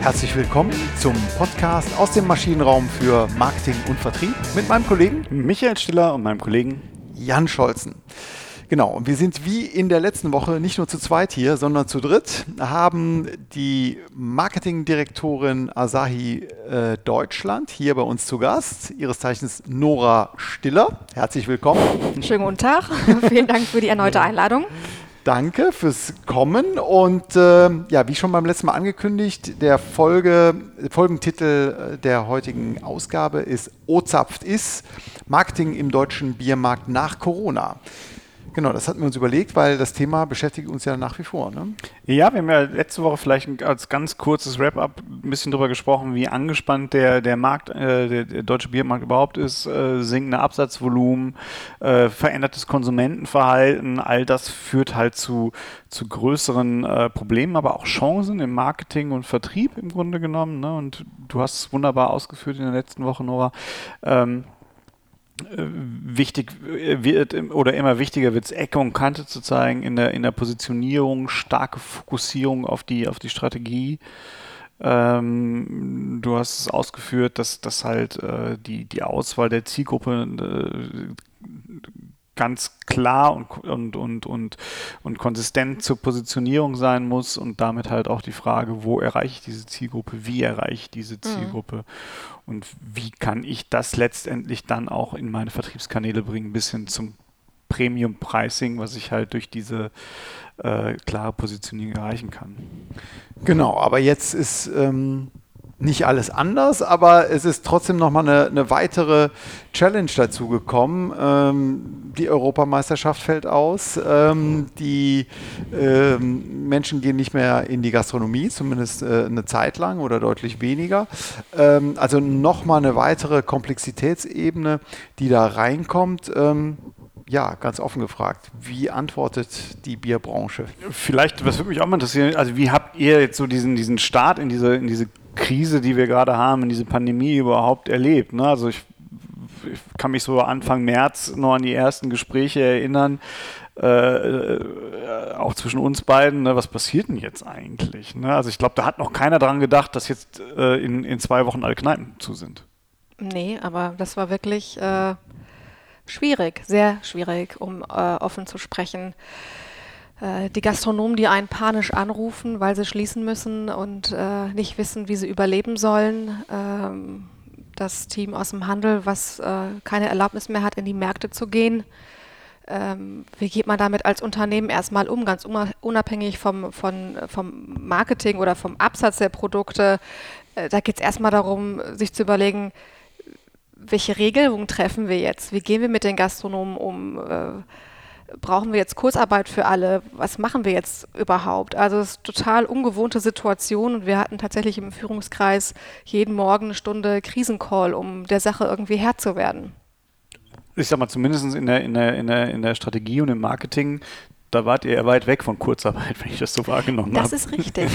Herzlich willkommen zum Podcast aus dem Maschinenraum für Marketing und Vertrieb mit meinem Kollegen Michael Stiller und meinem Kollegen Jan Scholzen. Genau, und wir sind wie in der letzten Woche nicht nur zu zweit hier, sondern zu dritt, haben die Marketingdirektorin Asahi Deutschland hier bei uns zu Gast, ihres Zeichens Nora Stiller. Herzlich willkommen. Schönen guten Tag, vielen Dank für die erneute Einladung. Danke fürs Kommen und wie schon beim letzten Mal angekündigt, der Folgentitel der heutigen Ausgabe ist O-Zapft ist Marketing im deutschen Biermarkt nach Corona. Genau, das hatten wir uns überlegt, weil das Thema beschäftigt uns ja nach wie vor. Ne? Ja, wir haben ja letzte Woche vielleicht als ganz kurzes Wrap-up ein bisschen darüber gesprochen, wie angespannt der Markt, der deutsche Biermarkt überhaupt ist, sinkende Absatzvolumen, verändertes Konsumentenverhalten, all das führt halt zu größeren Problemen, aber auch Chancen im Marketing und Vertrieb im Grunde genommen. Ne? Und du hast es wunderbar ausgeführt in der letzten Woche, Nora. Wichtig wird oder immer wichtiger wird es, Ecke und Kante zu zeigen in der Positionierung, starke Fokussierung auf die Strategie. Du hast es ausgeführt, dass halt die Auswahl der Zielgruppe ganz klar und konsistent zur Positionierung sein muss und damit halt auch die Frage, wo erreiche ich diese Zielgruppe, wie erreiche ich diese Zielgruppe und wie kann ich das letztendlich dann auch in meine Vertriebskanäle bringen, bis hin zum Premium-Pricing, was ich halt durch diese klare Positionierung erreichen kann. Genau, aber jetzt ist nicht alles anders, aber es ist trotzdem nochmal eine weitere Challenge dazu gekommen. Die Europameisterschaft fällt aus. Die Menschen gehen nicht mehr in die Gastronomie, zumindest eine Zeit lang oder deutlich weniger. Also nochmal eine weitere Komplexitätsebene, die da reinkommt. Ja, ganz offen gefragt, wie antwortet die Bierbranche? Vielleicht, was würde mich auch mal interessieren, also wie habt ihr jetzt so diesen Start in diese Krise, die wir gerade haben, in diese Pandemie überhaupt erlebt? Ne? Also ich kann mich so Anfang März noch an die ersten Gespräche erinnern, auch zwischen uns beiden, ne? Was passiert denn jetzt eigentlich? Ne? Also ich glaube, da hat noch keiner dran gedacht, dass jetzt in 2 Wochen alle Kneipen zu sind. Nee, aber das war wirklich schwierig, sehr schwierig, um offen zu sprechen. Die Gastronomen, die einen panisch anrufen, weil sie schließen müssen und nicht wissen, wie sie überleben sollen. Das Team aus dem Handel, was keine Erlaubnis mehr hat, in die Märkte zu gehen. Wie geht man damit als Unternehmen erstmal um, ganz unabhängig vom Marketing oder vom Absatz der Produkte. Da geht es erstmal darum, sich zu überlegen, welche Regelungen treffen wir jetzt? Wie gehen wir mit den Gastronomen um? Brauchen wir jetzt Kurzarbeit für alle? Was machen wir jetzt überhaupt? Also es ist eine total ungewohnte Situation und wir hatten tatsächlich im Führungskreis jeden Morgen eine Stunde Krisencall, um der Sache irgendwie Herr zu werden. Ich sag mal, zumindest in der Strategie und im Marketing, da wart ihr ja weit weg von Kurzarbeit, wenn ich das so wahrgenommen habe. Das ist richtig.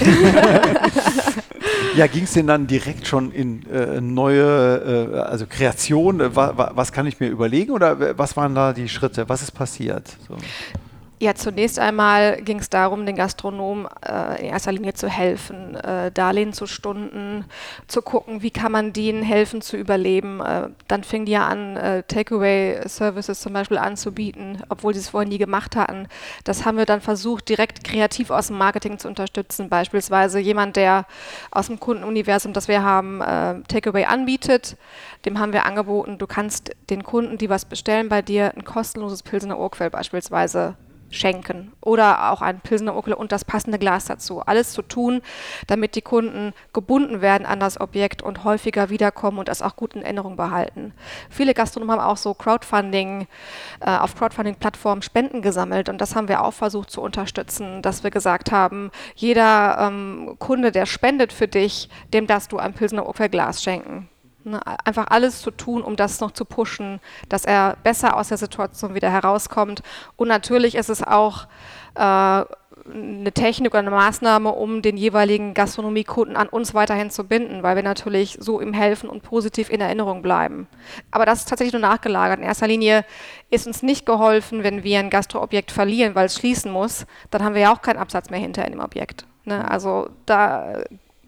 Ja, ging es denn dann direkt schon in neue also Kreation? Was kann ich mir überlegen oder was waren da die Schritte? Was ist passiert? So. Ja, zunächst einmal ging es darum, den Gastronomen in erster Linie zu helfen, Darlehen zu stunden, zu gucken, wie kann man denen helfen zu überleben. Dann fing die ja an, Takeaway-Services zum Beispiel anzubieten, obwohl sie es vorher nie gemacht hatten. Das haben wir dann versucht, direkt kreativ aus dem Marketing zu unterstützen. Beispielsweise jemand, der aus dem Kundenuniversum, das wir haben, Takeaway anbietet, dem haben wir angeboten, du kannst den Kunden, die was bestellen bei dir, ein kostenloses Pilsener Urquell beispielsweise schenken oder auch ein Pilsener Urquell und das passende Glas dazu. Alles zu tun, damit die Kunden gebunden werden an das Objekt und häufiger wiederkommen und das auch gut in Erinnerung behalten. Viele Gastronomen haben auch so auf Crowdfunding-Plattformen Spenden gesammelt und das haben wir auch versucht zu unterstützen, dass wir gesagt haben, jeder Kunde, der spendet für dich, dem darfst du ein Pilsener Urquell Glas schenken. Einfach alles zu tun, um das noch zu pushen, dass er besser aus der Situation wieder herauskommt. Und natürlich ist es auch eine Technik oder eine Maßnahme, um den jeweiligen Gastronomiekunden an uns weiterhin zu binden, weil wir natürlich so ihm helfen und positiv in Erinnerung bleiben. Aber das ist tatsächlich nur nachgelagert. In erster Linie ist uns nicht geholfen, wenn wir ein Gastroobjekt verlieren, weil es schließen muss, dann haben wir ja auch keinen Absatz mehr hinter in dem Objekt. Ne? Also da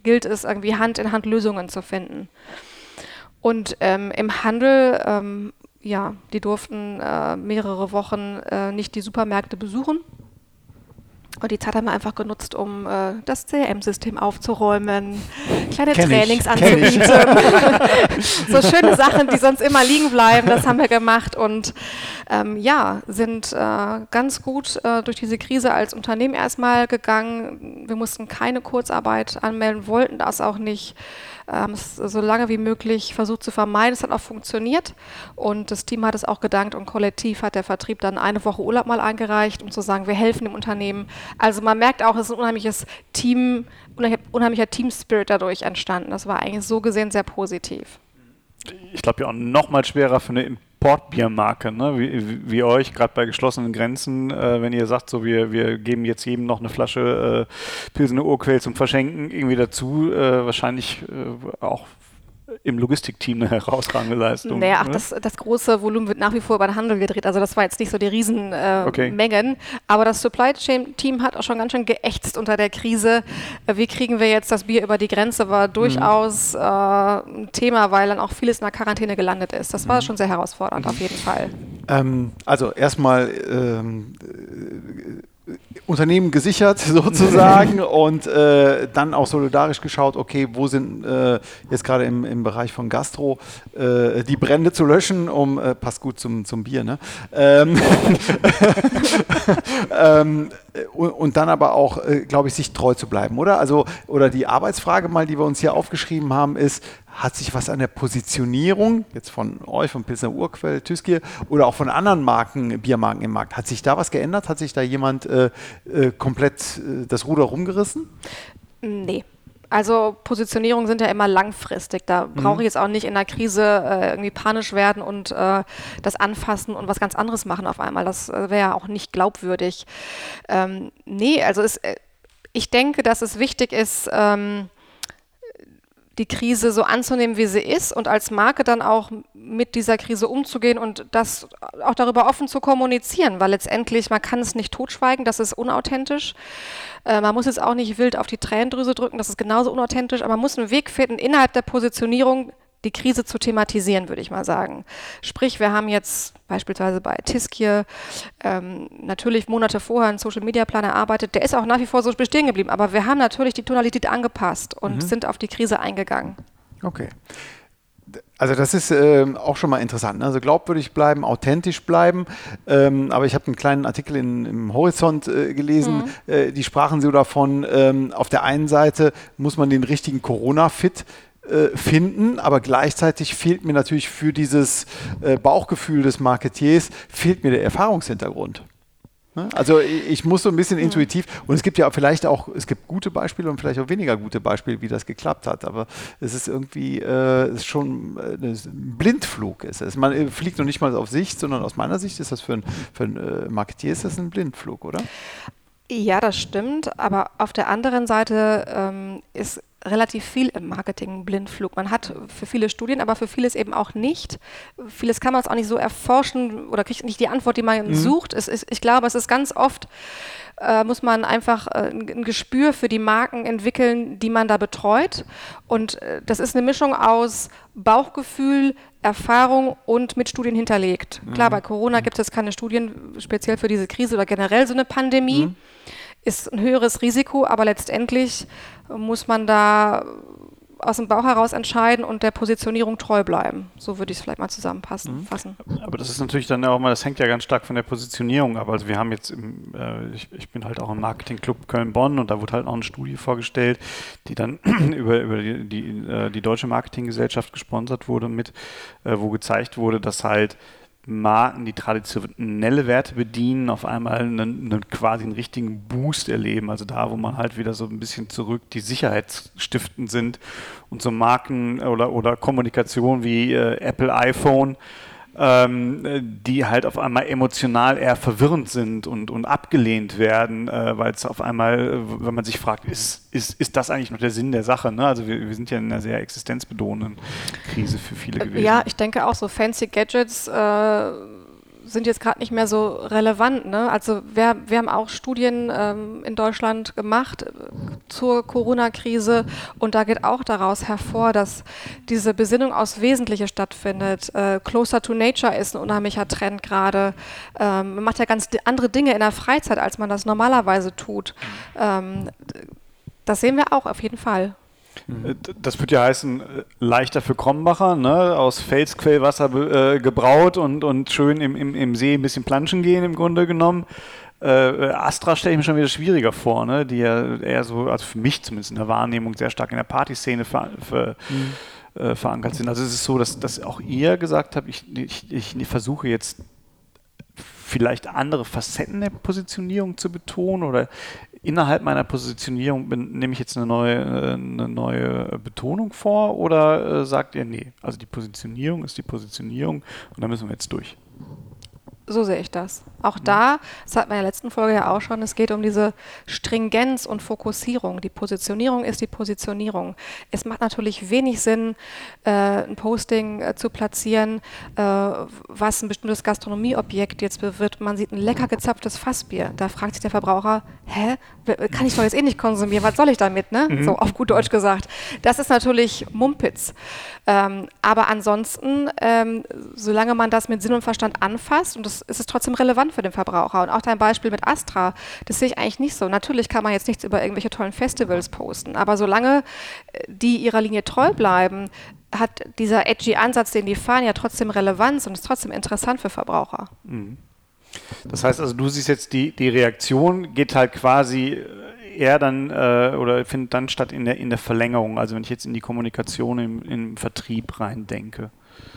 gilt es irgendwie Hand in Hand Lösungen zu finden. Und im Handel, die durften mehrere Wochen nicht die Supermärkte besuchen. Und die Zeit haben wir einfach genutzt, um das CRM-System aufzuräumen, kleine Trainings anzubieten. So schöne Sachen, die sonst immer liegen bleiben, das haben wir gemacht und sind ganz gut durch diese Krise als Unternehmen erstmal gegangen. Wir mussten keine Kurzarbeit anmelden, wollten das auch nicht. Es so lange wie möglich versucht zu vermeiden. Es hat auch funktioniert und das Team hat es auch gedankt und kollektiv hat der Vertrieb dann eine Woche Urlaub mal eingereicht, um zu sagen, wir helfen dem Unternehmen. Also man merkt auch, es ist ein unheimlicher Team-Spirit dadurch entstanden. Das war eigentlich so gesehen sehr positiv. Ich glaube ja auch noch mal schwerer für eine Importbiermarke, ne? wie euch, gerade bei geschlossenen Grenzen, wenn ihr sagt, so wir geben jetzt jedem noch eine Flasche Pilsener Urquell zum Verschenken irgendwie dazu, wahrscheinlich auch im Logistikteam eine herausragende Leistung. Naja, das große Volumen wird nach wie vor über den Handel gedreht, also das war jetzt nicht so die Riesenmengen, aber das Supply Chain Team hat auch schon ganz schön geächtzt unter der Krise. Wie kriegen wir jetzt das Bier über die Grenze, war durchaus ein Thema, weil dann auch vieles in der Quarantäne gelandet ist. Das war schon sehr herausfordernd, auf jeden Fall. Also erstmal Unternehmen gesichert sozusagen und dann auch solidarisch geschaut, okay, wo sind jetzt gerade im Bereich von Gastro die Brände zu löschen, passt gut zum Bier, ne? Und dann aber auch, glaube ich, sich treu zu bleiben, oder? Also, oder die Arbeitsfrage mal, die wir uns hier aufgeschrieben haben, ist, hat sich was an der Positionierung, jetzt von euch, von Pilsner Urquell, Tüskier oder auch von anderen Biermarken im Markt, hat sich da was geändert? Hat sich da jemand komplett das Ruder rumgerissen? Nee. Also Positionierungen sind ja immer langfristig. Da brauche ich jetzt auch nicht in der Krise irgendwie panisch werden und das anfassen und was ganz anderes machen auf einmal. Das wäre ja auch nicht glaubwürdig. Ich denke, dass es wichtig ist, die Krise so anzunehmen, wie sie ist und als Marke dann auch mit dieser Krise umzugehen und das auch darüber offen zu kommunizieren, weil letztendlich, man kann es nicht totschweigen, das ist unauthentisch. Man muss jetzt auch nicht wild auf die Tränendrüse drücken, das ist genauso unauthentisch, aber man muss einen Weg finden, innerhalb der Positionierung die Krise zu thematisieren, würde ich mal sagen. Sprich, wir haben jetzt beispielsweise bei Tüskier natürlich Monate vorher einen Social-Media-Plan erarbeitet, der ist auch nach wie vor so bestehen geblieben, aber wir haben natürlich die Tonalität angepasst und sind auf die Krise eingegangen. Okay. Also das ist auch schon mal interessant, ne? Also glaubwürdig bleiben, authentisch bleiben, aber ich habe einen kleinen Artikel im Horizont gelesen, die sprachen so davon, auf der einen Seite muss man den richtigen Corona-Fit finden, aber gleichzeitig fehlt mir natürlich für dieses Bauchgefühl des Marketiers, fehlt mir der Erfahrungshintergrund. Ne? Also ich muss so ein bisschen intuitiv, und es gibt ja vielleicht auch, es gibt gute Beispiele und vielleicht auch weniger gute Beispiele, wie das geklappt hat, aber es ist irgendwie ist schon ein Blindflug. Man fliegt noch nicht mal auf Sicht, sondern aus meiner Sicht ist das für einen Marketier ist das ein Blindflug, oder? Ja, das stimmt, aber auf der anderen Seite ist relativ viel im Marketing ein Blindflug. Man hat für viele Studien, aber für vieles eben auch nicht. Vieles kann man es auch nicht so erforschen oder kriegt nicht die Antwort, die man sucht. Ich glaube, es ist ganz oft, muss man einfach ein Gespür für die Marken entwickeln, die man da betreut. Und das ist eine Mischung aus Bauchgefühl, Erfahrung und mit Studien hinterlegt. Klar, bei Corona gibt es keine Studien speziell für diese Krise oder generell so eine Pandemie. Ist ein höheres Risiko, aber letztendlich muss man da aus dem Bauch heraus entscheiden und der Positionierung treu bleiben. So würde ich es vielleicht mal zusammenfassen. Aber das ist natürlich dann auch mal, das hängt ja ganz stark von der Positionierung ab. Also wir haben jetzt, ich bin halt auch im Marketingclub Köln-Bonn und da wurde halt auch eine Studie vorgestellt, die dann über die Deutsche Marketinggesellschaft gesponsert wurde wo gezeigt wurde, dass halt Marken, die traditionelle Werte bedienen, auf einmal quasi einen richtigen Boost erleben. Also da, wo man halt wieder so ein bisschen zurück die sicherheitsstiftend sind und so Marken oder Kommunikation wie Apple iPhone, die halt auf einmal emotional eher verwirrend sind und abgelehnt werden, weil es auf einmal, wenn man sich fragt, ist das eigentlich noch der Sinn der Sache? Ne? Also wir sind ja in einer sehr existenzbedrohenden Krise für viele gewesen. Ja, ich denke auch so fancy Gadgets sind jetzt gerade nicht mehr so relevant. Ne? Also wir haben auch Studien in Deutschland gemacht zur Corona-Krise und da geht auch daraus hervor, dass diese Besinnung aufs Wesentliche stattfindet. Closer to Nature ist ein unheimlicher Trend gerade. Man macht ja ganz andere Dinge in der Freizeit, als man das normalerweise tut. Das sehen wir auch auf jeden Fall. Das würde ja heißen, leichter für Krombacher, ne? Aus Felsquellwasser gebraut und schön im See ein bisschen planschen gehen im Grunde genommen. Astra stelle ich mir schon wieder schwieriger vor, ne? Die ja eher so, also für mich zumindest in der Wahrnehmung, sehr stark in der Partyszene verankert sind. Also es ist so, dass auch ihr gesagt habt, ich versuche jetzt vielleicht andere Facetten der Positionierung zu betonen oder innerhalb meiner Positionierung nehme ich jetzt eine neue Betonung vor oder sagt ihr, nee, also die Positionierung ist die Positionierung und da müssen wir jetzt durch? So sehe ich das. Auch da, das hatten wir in der letzten Folge ja auch schon, es geht um diese Stringenz und Fokussierung. Die Positionierung ist die Positionierung. Es macht natürlich wenig Sinn, ein Posting zu platzieren, was ein bestimmtes Gastronomieobjekt jetzt bewirbt. Man sieht ein lecker gezapftes Fassbier. Da fragt sich der Verbraucher, kann ich doch jetzt eh nicht konsumieren, was soll ich damit, ne? So auf gut Deutsch gesagt. Das ist natürlich Mumpitz. Aber ansonsten, solange man das mit Sinn und Verstand anfasst, und das ist es trotzdem relevant für den Verbraucher. Und auch dein Beispiel mit Astra, das sehe ich eigentlich nicht so. Natürlich kann man jetzt nichts über irgendwelche tollen Festivals posten, aber solange die ihrer Linie treu bleiben, hat dieser edgy Ansatz, den die fahren, ja trotzdem Relevanz und ist trotzdem interessant für Verbraucher. Das heißt also, du siehst jetzt, die Reaktion geht halt quasi eher dann oder findet dann statt in der Verlängerung, also wenn ich jetzt in die Kommunikation im Vertrieb rein denke.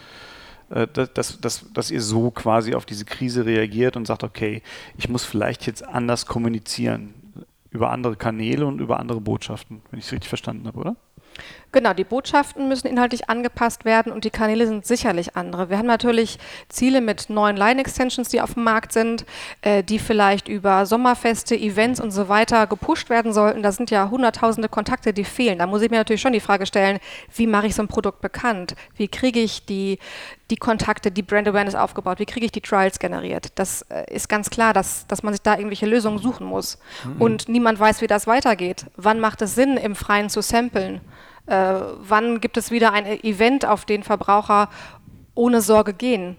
Dass ihr so quasi auf diese Krise reagiert und sagt, okay, ich muss vielleicht jetzt anders kommunizieren über andere Kanäle und über andere Botschaften, wenn ich es richtig verstanden habe, oder? Genau, die Botschaften müssen inhaltlich angepasst werden und die Kanäle sind sicherlich andere. Wir haben natürlich Ziele mit neuen Line-Extensions, die auf dem Markt sind, die vielleicht über Sommerfeste, Events und so weiter gepusht werden sollten. Da sind ja hunderttausende Kontakte, die fehlen. Da muss ich mir natürlich schon die Frage stellen, wie mache ich so ein Produkt bekannt? Wie kriege ich die Kontakte, die Brand Awareness aufgebaut? Wie kriege ich die Trials generiert? Das ist ganz klar, dass man sich da irgendwelche Lösungen suchen muss. Und niemand weiß, wie das weitergeht. Wann macht es Sinn, im Freien zu samplen? Wann gibt es wieder ein Event, auf den Verbraucher ohne Sorge gehen?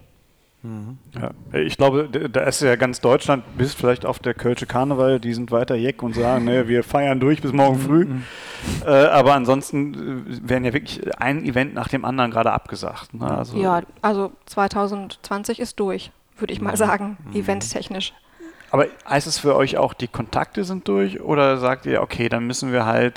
Ja, ich glaube, da ist ja ganz Deutschland, bis vielleicht auf der Kölsche Karneval, die sind weiter jeck und sagen, ne, wir feiern durch bis morgen früh. Aber ansonsten werden ja wirklich ein Event nach dem anderen gerade abgesagt. Ne? Also 2020 ist durch, würde ich mal sagen, eventtechnisch. Aber heißt es für euch auch, die Kontakte sind durch oder sagt ihr, okay, dann müssen wir halt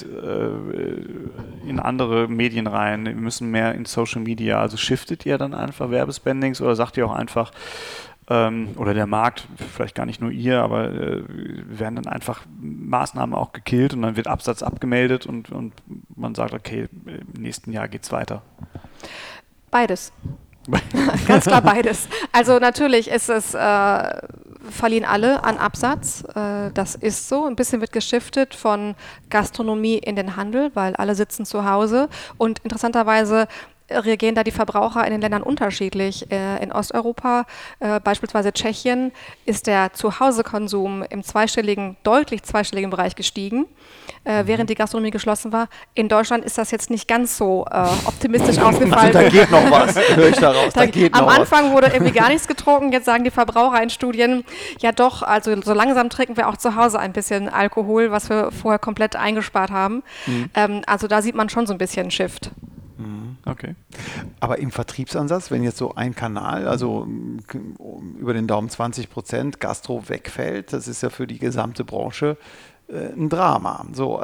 in andere Medien rein, wir müssen mehr in Social Media, also shiftet ihr dann einfach Werbespendings oder sagt ihr auch einfach, oder der Markt, vielleicht gar nicht nur ihr, aber werden dann einfach Maßnahmen auch gekillt und dann wird Absatz abgemeldet und man sagt, okay, im nächsten Jahr geht's weiter? Beides. Ganz klar beides. Also natürlich ist es, verlieren alle an Absatz. Das ist so. Ein bisschen wird geschiftet von Gastronomie in den Handel, weil alle sitzen zu Hause. Und interessanterweise reagieren da die Verbraucher in den Ländern unterschiedlich. In Osteuropa, beispielsweise Tschechien, ist der Zuhausekonsum im deutlich zweistelligen Bereich gestiegen, während die Gastronomie geschlossen war. In Deutschland ist das jetzt nicht ganz so optimistisch ausgefallen. Also da geht noch was, höre ich daraus. Am Anfang wurde irgendwie gar nichts getrunken. Jetzt sagen die Verbraucher in Studien, ja doch, also so langsam trinken wir auch zu Hause ein bisschen Alkohol, was wir vorher komplett eingespart haben. Also da sieht man schon so ein bisschen einen Shift. Okay. Aber im Vertriebsansatz, wenn jetzt so ein Kanal, also über den Daumen 20% Gastro wegfällt, das ist ja für die gesamte Branche ein Drama. So,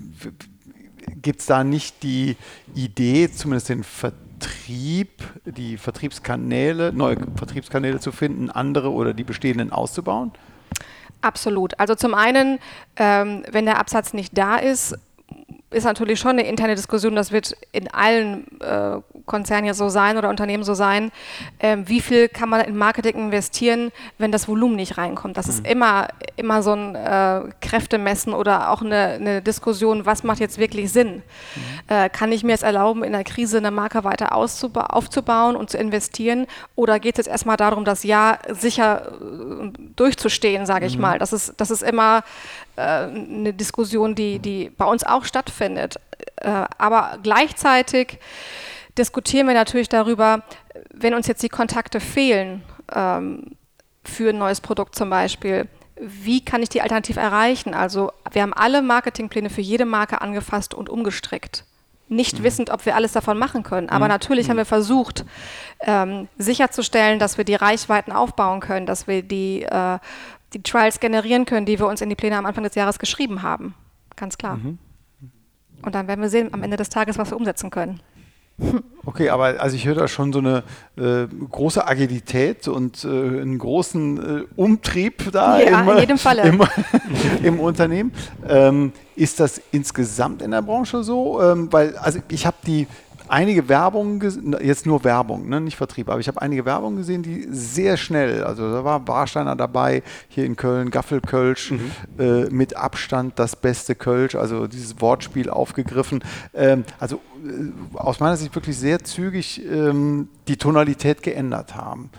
gibt es da nicht die Idee, zumindest den Vertrieb, die Vertriebskanäle, neue Vertriebskanäle zu finden, andere oder die bestehenden auszubauen? Absolut. Also zum einen, wenn der Absatz nicht da ist, ist natürlich schon eine interne Diskussion, das wird in allen Konzernen ja so sein oder Unternehmen so sein, wie viel kann man in Marketing investieren, wenn das Volumen nicht reinkommt. Das ist immer so ein Kräftemessen oder auch eine Diskussion, was macht jetzt wirklich Sinn? Kann ich mir es erlauben, in der Krise eine Marke weiter aufzubauen und zu investieren? Oder geht es jetzt erstmal darum, das Jahr sicher durchzustehen, sage ich mal? Das ist immer eine Diskussion, die bei uns auch stattfindet. Aber gleichzeitig diskutieren wir natürlich darüber, wenn uns jetzt die Kontakte fehlen für ein neues Produkt zum Beispiel, wie kann ich die alternativ erreichen? Also wir haben alle Marketingpläne für jede Marke angefasst und umgestrickt. Nicht wissend, ob wir alles davon machen können. Aber natürlich haben wir versucht, sicherzustellen, dass wir die Reichweiten aufbauen können, dass wir die Trials generieren können, die wir uns in die Pläne am Anfang des Jahres geschrieben haben. Ganz klar. Und dann werden wir sehen am Ende des Tages, was wir umsetzen können. Okay, aber also ich höre da schon so eine große Agilität und einen großen Umtrieb da in jedem Falle. im Unternehmen. Ist das insgesamt in der Branche so? Weil also ich habe einige Werbung, jetzt nur Werbung, ne, nicht Vertrieb, aber ich habe einige Werbung gesehen, die sehr schnell, also da war Warsteiner dabei, hier in Köln, Gaffelkölsch, mit Abstand das beste Kölsch, also dieses Wortspiel aufgegriffen. Aus meiner Sicht wirklich sehr zügig die Tonalität geändert haben.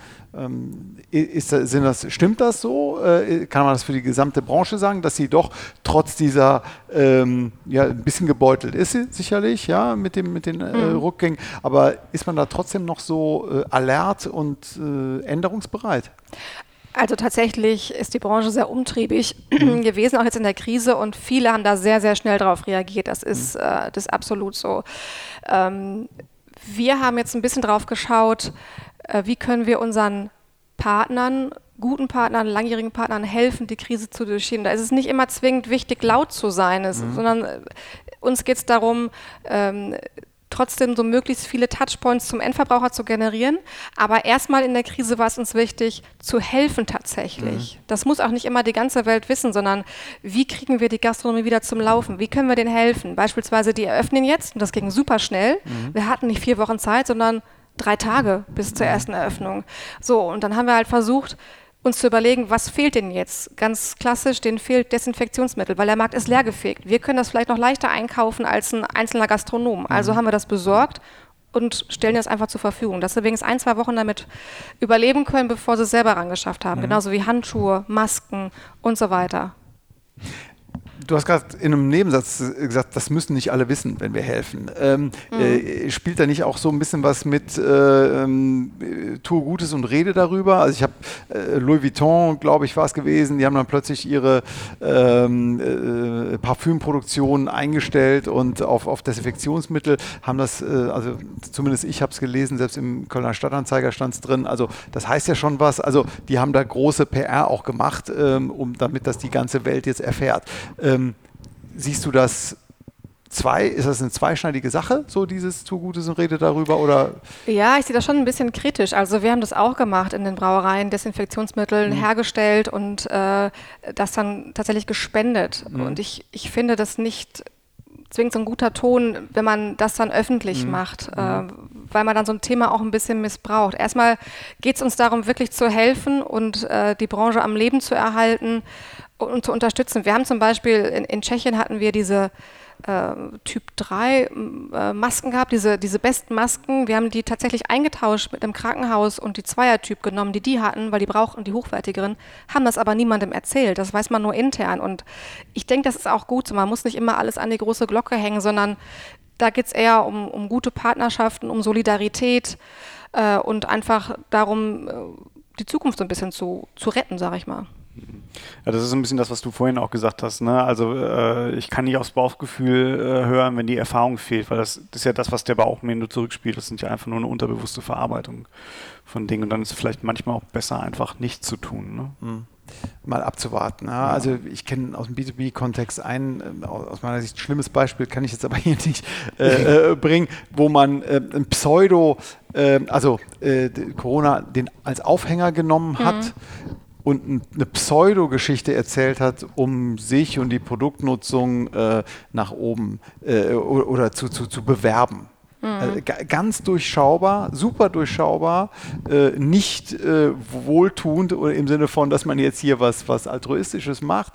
Stimmt das so? Kann man das für die gesamte Branche sagen, dass sie doch trotz dieser ein bisschen gebeutelt ist, sicherlich, ja, mit den Rückgängen, aber ist man da trotzdem noch so alert und änderungsbereit? Also tatsächlich ist die Branche sehr umtriebig gewesen, auch jetzt in der Krise, und viele haben da sehr, sehr schnell darauf reagiert. Das ist absolut so. Wir haben jetzt ein bisschen drauf geschaut, wie können wir unseren Partnern, guten Partnern, langjährigen Partnern helfen, die Krise zu durchstehen. Da ist es nicht immer zwingend wichtig, laut zu sein, sondern uns geht es darum, trotzdem so möglichst viele Touchpoints zum Endverbraucher zu generieren. Aber erstmal in der Krise war es uns wichtig, zu helfen tatsächlich. Das muss auch nicht immer die ganze Welt wissen, sondern wie kriegen wir die Gastronomie wieder zum Laufen? Wie können wir denen helfen? Beispielsweise, die eröffnen jetzt, und das ging super schnell. Wir hatten nicht 4 Wochen Zeit, sondern 3 Tage bis zur ersten Eröffnung. So, und dann haben wir halt versucht, uns zu überlegen, was fehlt denen jetzt? Ganz klassisch, denen fehlt Desinfektionsmittel, weil der Markt ist leergefegt. Wir können das vielleicht noch leichter einkaufen als ein einzelner Gastronom. Also haben wir das besorgt und stellen das einfach zur Verfügung, dass wir wenigstens 1-2 Wochen damit überleben können, bevor sie es selber rangeschafft haben. Genauso wie Handschuhe, Masken und so weiter. Du hast gerade in einem Nebensatz gesagt, das müssen nicht alle wissen, wenn wir helfen. Spielt da nicht auch so ein bisschen was mit tue Gutes und rede darüber? Also ich habe Louis Vuitton, glaube ich, war es gewesen, die haben dann plötzlich ihre Parfümproduktion eingestellt und auf Desinfektionsmittel haben das, also zumindest ich habe es gelesen, selbst im Kölner Stadtanzeiger stand es drin, also das heißt ja schon was, also die haben da große PR auch gemacht, damit das die ganze Welt jetzt erfährt. Siehst du das ist das eine zweischneidige Sache, so dieses tu Gutes und rede darüber, oder? Ja, ich sehe das schon ein bisschen kritisch. Also wir haben das auch gemacht in den Brauereien, Desinfektionsmitteln hergestellt und das dann tatsächlich gespendet. Und ich finde das nicht zwingend so ein guter Ton, wenn man das dann öffentlich macht, weil man dann so ein Thema auch ein bisschen missbraucht. Erstmal geht es uns darum, wirklich zu helfen und die Branche am Leben zu erhalten und zu unterstützen. Wir haben zum Beispiel, in Tschechien hatten wir diese Typ 3 Masken gehabt, diese besten Masken. Wir haben die tatsächlich eingetauscht mit einem Krankenhaus und die Zweier-Typ genommen, die hatten, weil die brauchten die hochwertigeren, haben das aber niemandem erzählt. Das weiß man nur intern. Und ich denke, das ist auch gut so. Man muss nicht immer alles an die große Glocke hängen, sondern da geht es eher um gute Partnerschaften, um Solidarität und einfach darum, die Zukunft so ein bisschen zu retten, sage ich mal. Ja, das ist ein bisschen das, was du vorhin auch gesagt hast, ne? Also ich kann nicht aufs Bauchgefühl hören, wenn die Erfahrung fehlt, weil das ist ja das, was der Bauch mir nur zurückspielt. Das sind ja einfach nur eine unterbewusste Verarbeitung von Dingen und dann ist es vielleicht manchmal auch besser, einfach nichts zu tun. Ne? Mal abzuwarten. Ja? Also ich kenne aus dem B2B-Kontext aus meiner Sicht schlimmes Beispiel, kann ich jetzt aber hier nicht bringen, wo man ein Corona als Aufhänger genommen hat, und eine Pseudo-Geschichte erzählt hat, um sich und die Produktnutzung nach oben oder zu bewerben. Ganz durchschaubar, super durchschaubar, nicht wohltuend oder im Sinne von, dass man jetzt hier was Altruistisches macht.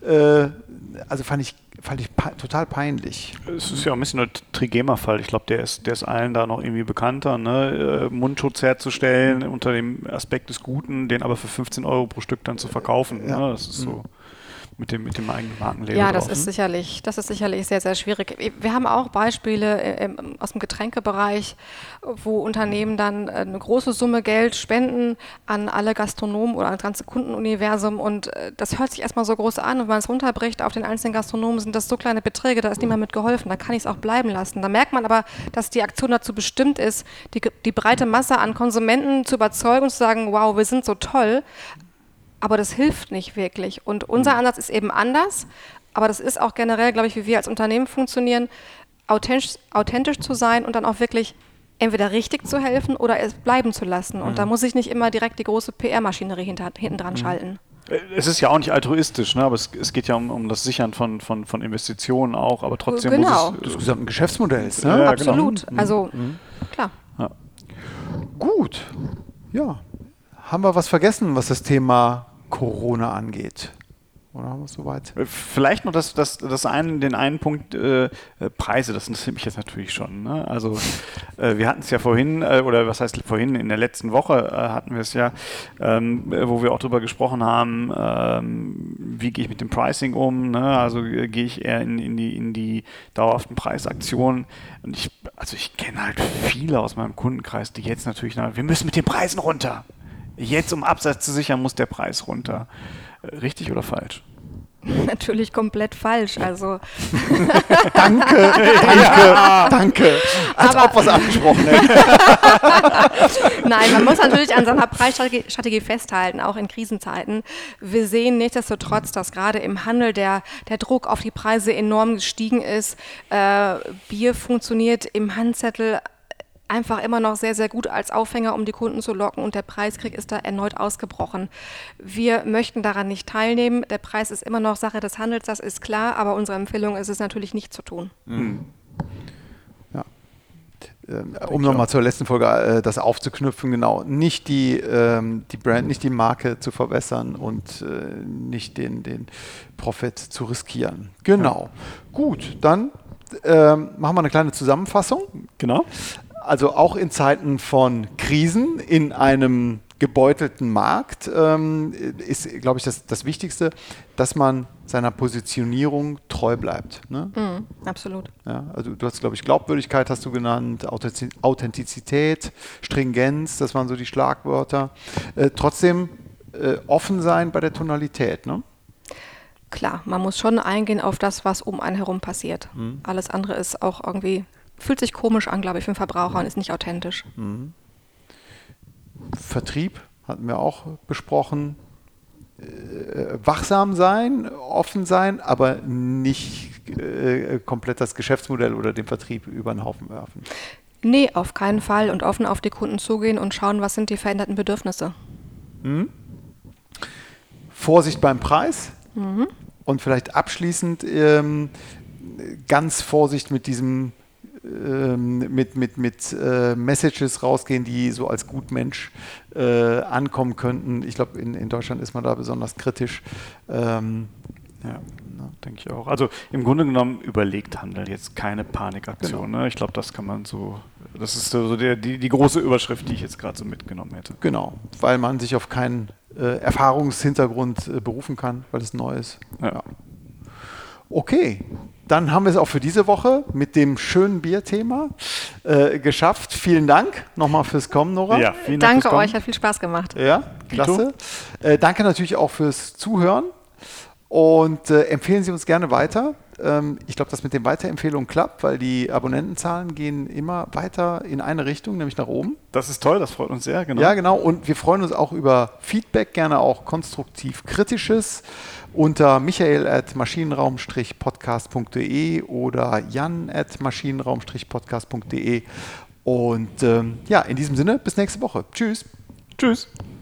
Also fand ich total peinlich. Es ist ja auch ein bisschen ein Trigema-Fall. Ich glaube, der ist allen da noch irgendwie bekannter, ne? Mundschutz herzustellen unter dem Aspekt des Guten, den aber für 15 € pro Stück dann zu verkaufen. Ja. Ne? Das ist so. Mit dem eigenen Markenlabel. Ja, das ist sicherlich sehr, sehr schwierig. Wir haben auch Beispiele aus dem Getränkebereich, wo Unternehmen dann eine große Summe Geld spenden an alle Gastronomen oder an das ganze Kundenuniversum und das hört sich erstmal so groß an und wenn man es runterbricht auf den einzelnen Gastronomen, sind das so kleine Beträge, da ist niemand mit geholfen, da kann ich es auch bleiben lassen. Da merkt man aber, dass die Aktion dazu bestimmt ist, die breite Masse an Konsumenten zu überzeugen und zu sagen, wow, wir sind so toll. Aber das hilft nicht wirklich. Und unser Ansatz ist eben anders. Aber das ist auch generell, glaube ich, wie wir als Unternehmen funktionieren, authentisch zu sein und dann auch wirklich entweder richtig zu helfen oder es bleiben zu lassen. Und da muss ich nicht immer direkt die große PR-Maschinerie hinten dran schalten. Es ist ja auch nicht altruistisch, ne? Aber es geht ja um das Sichern von Investitionen auch. Aber trotzdem genau. muss es... Des gesamten Geschäftsmodells. Ne? Ja, absolut. Genau. Also, klar. Ja. Gut. Ja. Haben wir was vergessen, was das Thema Corona angeht? Oder haben wir es soweit? Vielleicht noch den einen Punkt Preise, das interessiert mich jetzt natürlich schon. Ne? Also wir hatten es ja vorhin, oder was heißt vorhin, in der letzten Woche hatten wir es ja, wo wir auch drüber gesprochen haben, wie gehe ich mit dem Pricing um, ne? Also gehe ich eher in die dauerhaften Preisaktionen. Und ich kenne halt viele aus meinem Kundenkreis, die jetzt natürlich, wir müssen mit den Preisen runter. Jetzt, um Absatz zu sichern, muss der Preis runter. Richtig oder falsch? Natürlich komplett falsch. Also Danke. Als ob was abgesprochen hätte. Nein, man muss natürlich an seiner Preisstrategie festhalten, auch in Krisenzeiten. Wir sehen nichtsdestotrotz, dass gerade im Handel der Druck auf die Preise enorm gestiegen ist. Bier funktioniert im Handzettel einfach immer noch sehr, sehr gut als Aufhänger, um die Kunden zu locken und der Preiskrieg ist da erneut ausgebrochen. Wir möchten daran nicht teilnehmen. Der Preis ist immer noch Sache des Handels, das ist klar, aber unsere Empfehlung ist es natürlich nicht zu tun. Ja. Um nochmal zur letzten Folge das aufzuknüpfen, genau, nicht die Brand, nicht die Marke zu verwässern und nicht den Profit zu riskieren. Genau. Ja. Gut, dann machen wir eine kleine Zusammenfassung. Genau. Also auch in Zeiten von Krisen in einem gebeutelten Markt ist, glaube ich, das Wichtigste, dass man seiner Positionierung treu bleibt. Ne? Absolut. Ja, also du hast, glaube ich, Glaubwürdigkeit hast du genannt, Authentizität, Stringenz, das waren so die Schlagwörter. Trotzdem offen sein bei der Tonalität, ne? Klar, man muss schon eingehen auf das, was um einen herum passiert. Alles andere ist auch irgendwie, fühlt sich komisch an, glaube ich, für den Verbraucher und ist nicht authentisch. Vertrieb hatten wir auch besprochen. Wachsam sein, offen sein, aber nicht komplett das Geschäftsmodell oder den Vertrieb über den Haufen werfen. Nee, auf keinen Fall und offen auf die Kunden zugehen und schauen, was sind die veränderten Bedürfnisse. Vorsicht beim Preis. Und vielleicht abschließend ganz Vorsicht mit diesem mit Messages rausgehen, die so als Gutmensch ankommen könnten. Ich glaube, in Deutschland ist man da besonders kritisch. Ja, denke ich auch. Also im Grunde genommen überlegt handeln, jetzt keine Panikaktion. Genau. Ne? Ich glaube, das kann man so, das ist so die große Überschrift, die ich jetzt gerade so mitgenommen hätte. Genau, weil man sich auf keinen Erfahrungshintergrund berufen kann, weil es neu ist. Ja. Okay, dann haben wir es auch für diese Woche mit dem schönen Bierthema geschafft. Vielen Dank nochmal fürs Kommen, Nora. Ja, vielen Dank. Danke euch, hat viel Spaß gemacht. Ja, klasse. Danke natürlich auch fürs Zuhören und empfehlen Sie uns gerne weiter. Ich glaube, das mit den Weiterempfehlungen klappt, weil die Abonnentenzahlen gehen immer weiter in eine Richtung, nämlich nach oben. Das ist toll, das freut uns sehr. Genau. Ja, genau. Und wir freuen uns auch über Feedback, gerne auch konstruktiv-kritisches unter michael@maschinenraum-podcast.de oder jan@maschinenraum-podcast.de. Und ja, in diesem Sinne, bis nächste Woche. Tschüss. Tschüss.